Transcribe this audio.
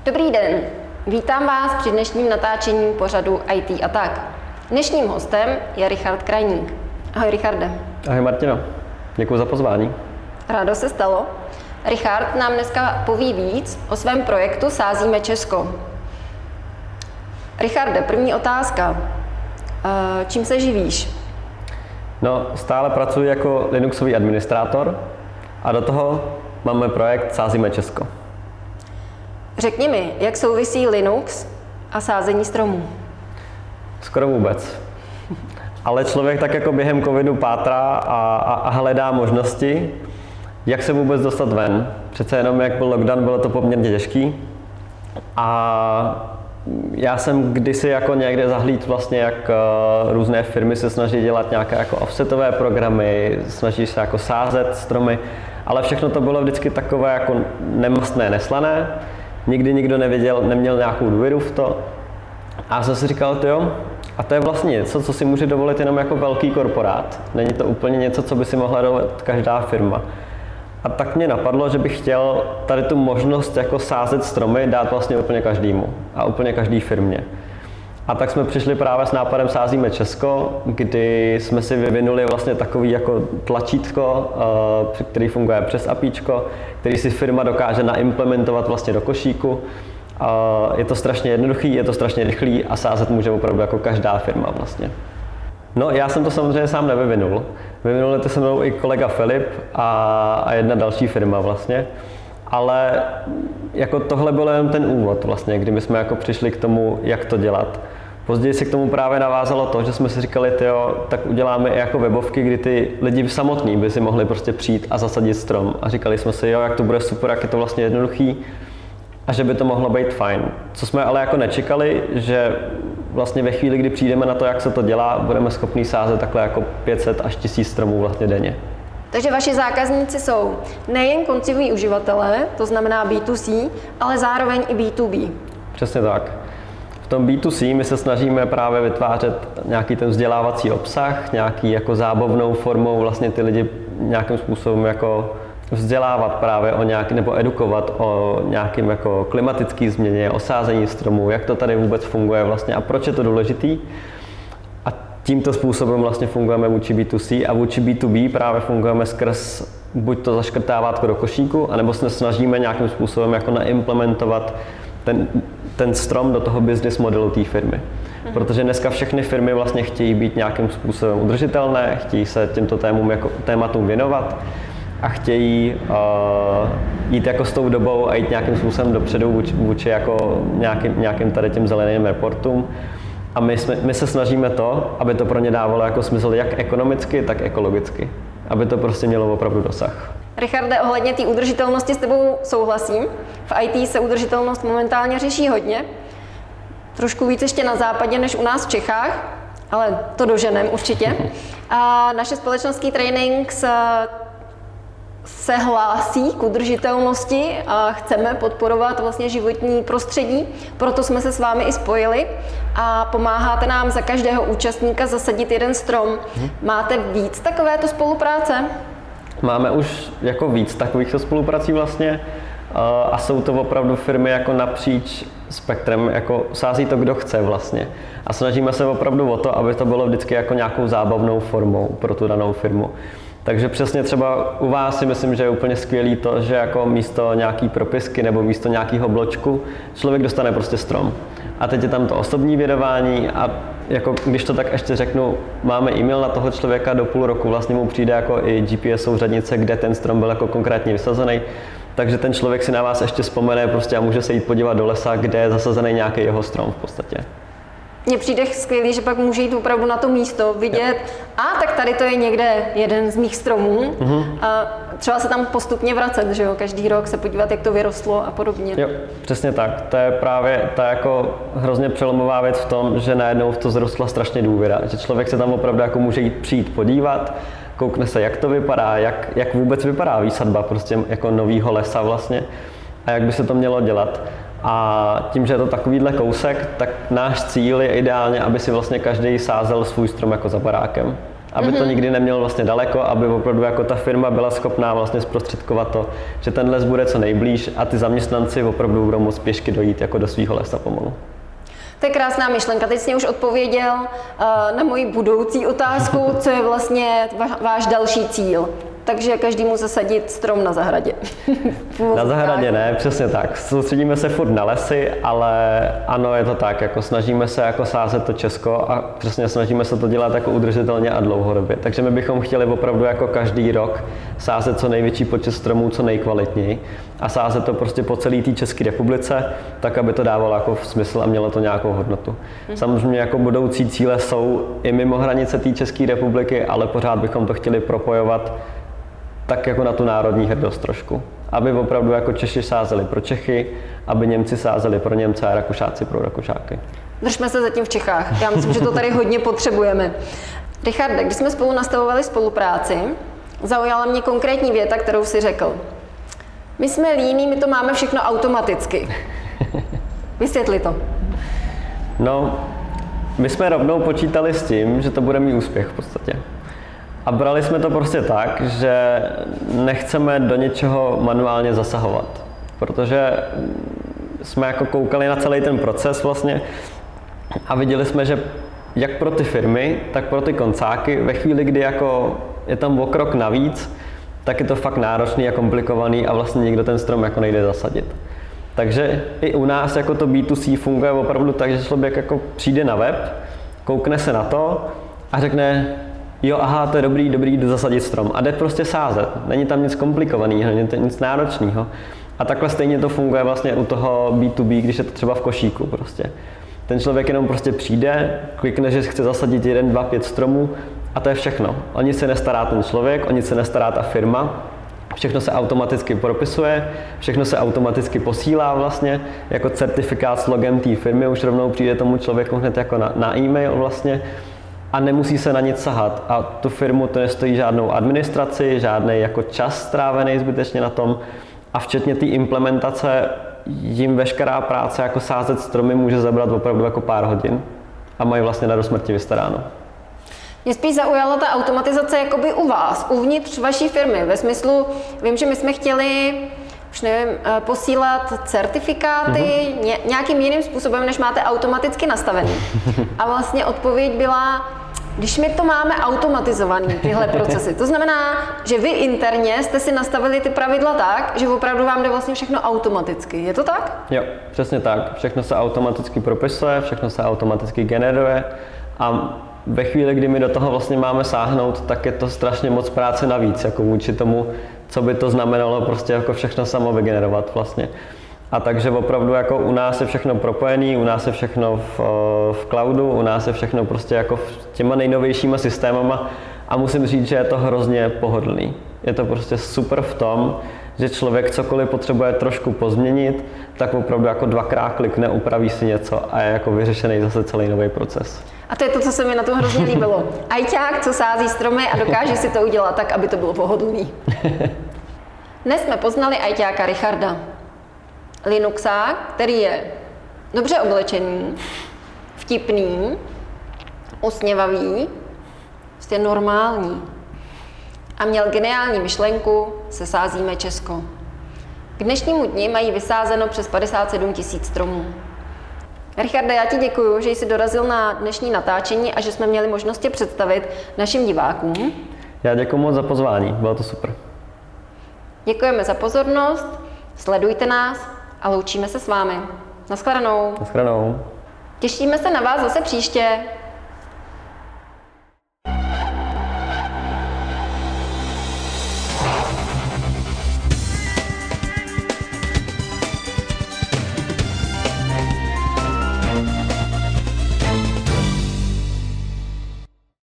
Dobrý den, vítám vás při dnešním natáčení pořadu IT a tak. Dnešním hostem je Richard Krajník. Ahoj Richarde. Ahoj Martino, děkuji za pozvání. Rádo se stalo. Richard nám dneska poví víc o svém projektu Sázíme Česko. Richarde, první otázka. Čím se živíš? No, stále pracuji jako Linuxový administrátor a do toho máme projekt Sázíme Česko. Řekni mi, jak souvisí Linux a sázení stromů? Skoro vůbec. Ale člověk tak jako během covidu pátrá a hledá možnosti, jak se vůbec dostat ven. Přece jenom jak byl lockdown, bylo to poměrně těžký. A já jsem kdysi jako někde zahlídl vlastně, jak různé firmy se snaží dělat nějaké jako offsetové programy, snaží se jako sázet stromy, ale všechno to bylo vždycky takové jako nemastné, neslané. Nikdy nikdo neměl nějakou důvěru v to. A jsem si říkal, a to je vlastně něco, co si může dovolit jenom jako velký korporát. Není to úplně něco, co by si mohla dovolit každá firma. A tak mě napadlo, že bych chtěl tady tu možnost jako sázet stromy dát vlastně úplně každému a úplně každý firmě. A tak jsme přišli právě s nápadem Sázíme Česko, kdy jsme si vyvinuli vlastně takový jako tlačítko, který funguje přes APIčko, který si firma dokáže naimplementovat vlastně do košíku. Je to strašně jednoduchý, je to strašně rychlý a sázet může opravdu jako každá firma vlastně. No, já jsem to samozřejmě sám nevyvinul. Vyvinuli to se mnou i kolega Filip a jedna další firma vlastně. Ale jako tohle byl jen ten úvod vlastně, kdy my jsme jako přišli k tomu, jak to dělat. Později se k tomu právě navázalo to, že jsme si říkali, tak uděláme i jako webovky, kdy ty lidi samotní by si mohli prostě přijít a zasadit strom. A říkali jsme si, jak to bude super, jak je to vlastně jednoduchý a že by to mohlo být fajn. Co jsme ale jako nečekali, že vlastně ve chvíli, kdy přijdeme na to, jak se to dělá, budeme schopni sázet takhle jako 500 až 1000 stromů vlastně denně. Takže vaši zákazníci jsou nejen konciví uživatelé, to znamená B2C, ale zároveň i B2B. Přesně tak. V tom B2C my se snažíme právě vytvářet nějaký ten vzdělávací obsah, nějaký jako zábavnou formou vlastně ty lidi nějakým způsobem jako vzdělávat právě o nějaký, nebo edukovat o nějakým jako klimatické změně, o sázení stromů, jak to tady vůbec funguje vlastně a proč je to důležitý. A tímto způsobem vlastně fungujeme vůči B2C a vůči B2B právě fungujeme skrz buď to zaškrtávátko do košíku, anebo se snažíme nějakým způsobem jako naimplementovat ten strom do toho business modelu té firmy. Protože dneska všechny firmy vlastně chtějí být nějakým způsobem udržitelné, chtějí se těmto tématům věnovat a chtějí jít jako s tou dobou a jít nějakým způsobem dopředu vůči jako nějakým tady těm zeleným reportům. A my se snažíme to, aby to pro ně dávalo jako smysl jak ekonomicky, tak ekologicky. Aby to prostě mělo opravdu dosah. Richarde, ohledně té udržitelnosti s tebou souhlasím. V IT se udržitelnost momentálně řeší hodně. Trošku víc ještě na západě než u nás v Čechách, ale to doženem určitě. A naše společnost Trainings se hlásí k udržitelnosti a chceme podporovat vlastně životní prostředí, proto jsme se s vámi i spojili a pomáháte nám za každého účastníka zasadit jeden strom. Máte víc takovéto spolupráce? Máme už jako víc takovýchto spoluprací vlastně a jsou to opravdu firmy jako napříč spektrem, jako sází to kdo chce vlastně. A snažíme se opravdu o to, aby to bylo vždycky jako nějakou zábavnou formou pro tu danou firmu. Takže přesně třeba u vás si myslím, že je úplně skvělý to, že jako místo nějaký propisky nebo místo nějakého bločku člověk dostane prostě strom. A teď je tam to osobní vědování a jako když to tak ještě řeknu, máme e-mail na toho člověka do půl roku, vlastně mu přijde jako i GPS souřadnice, kde ten strom byl jako konkrétně vysazený. Takže ten člověk si na vás ještě vzpomene prostě a může se jít podívat do lesa, kde je zasazený nějaký jeho strom v podstatě. Mně přijde skvělý, že pak může jít opravdu na to místo, vidět, tak tady to je někde jeden z mých stromů a třeba se tam postupně vracet, že jo, každý rok se podívat, jak to vyrostlo a podobně. Jo, přesně tak. To je právě ta jako hrozně přelomová věc v tom, že najednou v to zrostla strašně důvěra, že člověk se tam opravdu jako může jít přijít podívat, koukne se, jak to vypadá, jak vůbec vypadá výsadba prostě jako novýho lesa vlastně a jak by se to mělo dělat. A tím, že je to takovýhle kousek, tak náš cíl je ideálně, aby si vlastně každý sázel svůj strom jako za barákem. Aby to nikdy nemělo vlastně daleko, aby opravdu jako ta firma byla schopná vlastně zprostředkovat to, že ten les bude co nejblíž a ty zaměstnanci opravdu budou moct pěšky dojít jako do svého lesa pomalu. To je krásná myšlenka. Teď jsi mě už odpověděl na moji budoucí otázku, co je vlastně váš další cíl. Takže každému zasadit strom na zahradě. Na zahradě ne, přesně tak. Soustředíme se furt na lesy, ale ano, je to tak, jako snažíme se jako sázet to Česko a přesně snažíme se to dělat jako udržitelně a dlouhodobě. Takže my bychom chtěli opravdu jako každý rok sázet co největší počet stromů, co nejkvalitněji a sázet to prostě po celé té České republice, tak aby to dávalo jako smysl a mělo to nějakou hodnotu. Samozřejmě jako budoucí cíle jsou i mimo hranice té České republiky, ale pořád bychom to chtěli propojovat tak jako na tu národní hrdost trošku. Aby opravdu jako Češi sázeli pro Čechy, aby Němci sázeli pro Němce a Rakušáci pro Rakušáky. Držme se zatím v Čechách. Já myslím, že to tady hodně potřebujeme. Richarde, když jsme spolu nastavovali spolupráci, zaujala mě konkrétní věta, kterou si řekl. My jsme líní, my to máme všechno automaticky. Vysvětli to. No, my jsme rovnou počítali s tím, že to bude mít úspěch v podstatě. A brali jsme to prostě tak, že nechceme do něčeho manuálně zasahovat, protože jsme jako koukali na celý ten proces vlastně a viděli jsme, že jak pro ty firmy, tak pro ty koncáky ve chvíli, kdy jako je tam o krok navíc, tak je to fakt náročný a komplikovaný a vlastně nikdo ten strom jako nejde zasadit. Takže i u nás jako to B2C funguje opravdu tak, že člověk jako přijde na web, koukne se na to a řekne, jo, aha, to je dobrý, jdu zasadit strom. A jde prostě sázet. Není tam nic komplikovaného, není to nic náročného. A takhle stejně to funguje vlastně u toho B2B, když je to třeba v košíku prostě. Ten člověk jenom prostě přijde, klikne, že chce zasadit 1, 2, 5 stromů a to je všechno. O nic se nestará ten člověk, o nic se nestará ta firma. Všechno se automaticky propisuje, všechno se automaticky posílá vlastně, jako certifikát s logem té firmy, už rovnou přijde tomu člověku hned jako na e-mail vlastně. A nemusí se na nic sahat. A tu firmu to nestojí žádnou administraci, žádný jako čas strávený zbytečně na tom. A včetně té implementace jim veškerá práce jako sázet stromy může zabrat opravdu jako pár hodin. A mají vlastně na do smrti vystaráno. Mě spíš zaujala ta automatizace jakoby u vás, uvnitř vaší firmy. Ve smyslu, vím, že my jsme chtěli, už nevím, posílat certifikáty nějakým jiným způsobem, než máte automaticky nastavený. A vlastně odpověď byla, když my to máme automatizovaný, tyhle procesy. To znamená, že vy interně jste si nastavili ty pravidla tak, že opravdu vám jde vlastně všechno automaticky. Je to tak? Jo, přesně tak. Všechno se automaticky propisuje, všechno se automaticky generuje a ve chvíli, kdy my do toho vlastně máme sáhnout, tak je to strašně moc práce navíc, jako vůči tomu, co by to znamenalo prostě jako všechno samo vygenerovat vlastně. A takže opravdu jako u nás je všechno propojené, u nás je všechno v cloudu, u nás je všechno prostě jako těma nejnovějšíma systémama a musím říct, že je to hrozně pohodlný. Je to prostě super v tom, že člověk cokoliv potřebuje trošku pozměnit, tak opravdu jako dvakrát klikne, upraví si něco a je jako vyřešený zase celý nový proces. A to je to, co se mi na tom hrozně líbilo. Ajťák, co sází stromy a dokáže si to udělat tak, aby to bylo pohodlný. Dnes jsme poznali ajťáka Richarda. Linuxák, který je dobře oblečený, vtipný, usměvavý, prostě normální. A měl geniální myšlenku, sesázíme Česko. K dnešnímu dni mají vysázeno přes 57 000 stromů. Richarde, já ti děkuju, že jsi dorazil na dnešní natáčení a že jsme měli možnost tě představit našim divákům. Já děkuju moc za pozvání, bylo to super. Děkujeme za pozornost, sledujte nás a loučíme se s vámi. Naschledanou. Naschledanou. Těšíme se na vás zase příště.